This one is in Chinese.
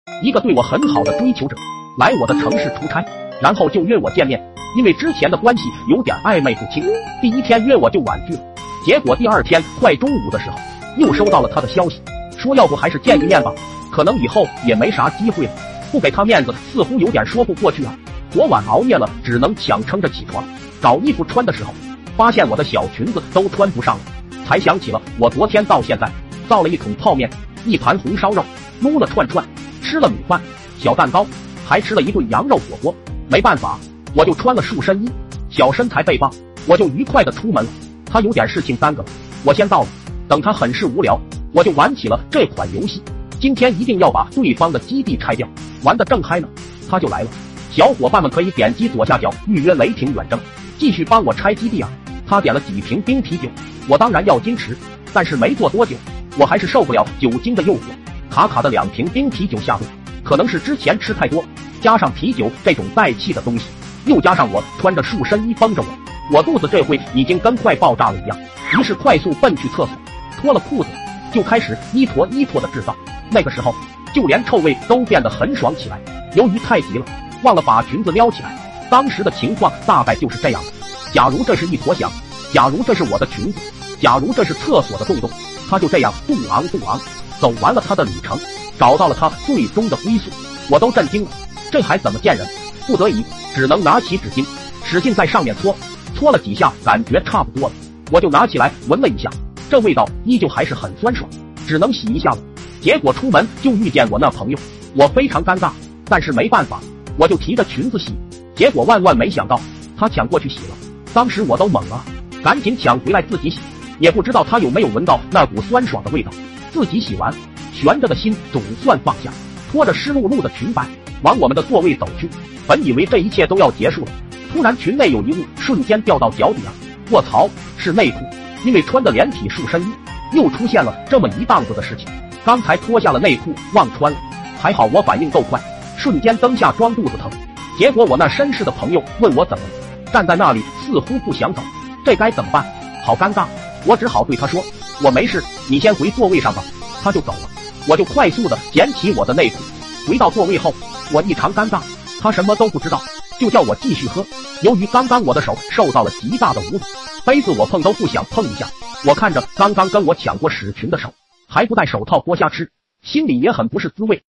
一个对我很好的追求者来我的城市出差，然后就约我见面。因为之前的关系有点暧昧不清，第一天约我就婉拒了。结果第二天快中午的时候，又收到了他的消息，说要不还是见一面吧，可能以后也没啥机会了。不给他面子似乎有点说不过去啊。昨晚熬夜了，只能强撑着起床，找衣服穿的时候，发现我的小裙子都穿不上了，才想起了我昨天到现在造了一桶泡面，一盘红烧肉，撸了串串，吃了米饭、小蛋糕，还吃了一顿羊肉火锅。没办法，我就穿了束身衣，小身材倍棒，我就愉快的出门了。他有点事情耽搁了，我先到了。等他很是无聊，我就玩起了这款游戏。今天一定要把对方的基地拆掉，玩得正嗨呢，他就来了。小伙伴们可以点击左下角预约雷霆远征，继续帮我拆基地啊！他点了几瓶冰啤酒，我当然要矜持，但是没做多久，我还是受不了酒精的诱惑，卡卡的2瓶冰啤酒下肚。可能是之前吃太多，加上啤酒这种带气的东西，又加上我穿着束身衣绷着我肚子这回已经跟快爆炸了一样，于是快速奔去厕所，脱了裤子就开始一坨一坨的制造。那个时候就连臭味都变得很爽起来，由于太急了，忘了把裙子撩起来。当时的情况大概就是这样的：假如这是一坨翔，假如这是我的裙子，假如这是厕所的洞洞，他就这样不昂不昂走完了他的旅程，找到了他最终的归宿。我都震惊了，这还怎么见人？不得已只能拿起纸巾使劲在上面搓了几下，感觉差不多了，我就拿起来闻了一下，这味道依旧还是很酸爽，只能洗一下了。结果出门就遇见我那朋友，我非常尴尬，但是没办法，我就提着裙子洗。结果万万没想到，他抢过去洗了。当时我都懵了，赶紧抢回来自己洗，也不知道他有没有闻到那股酸爽的味道。自己洗完，悬着的心总算放下，拖着湿漉漉的裙摆往我们的座位走去。本以为这一切都要结束了，突然裙内有一物瞬间掉到脚底啊！卧槽，是内裤！因为穿的连体束身衣，又出现了这么一档子的事情。刚才脱下了内裤忘穿了，还好我反应够快，瞬间蹬下装肚子疼。结果我那绅士的朋友问我怎么了，站在那里似乎不想走，这该怎么办？好尴尬，我只好对他说，我没事，你先回座位上吧。他就走了，我就快速的捡起我的内裤，回到座位后，我异常尴尬，他什么都不知道，就叫我继续喝。由于刚刚我的手受到了极大的侮辱，杯子我碰都不想碰一下。我看着刚刚跟我抢过屎裙的手，还不戴手套剥虾吃，心里也很不是滋味。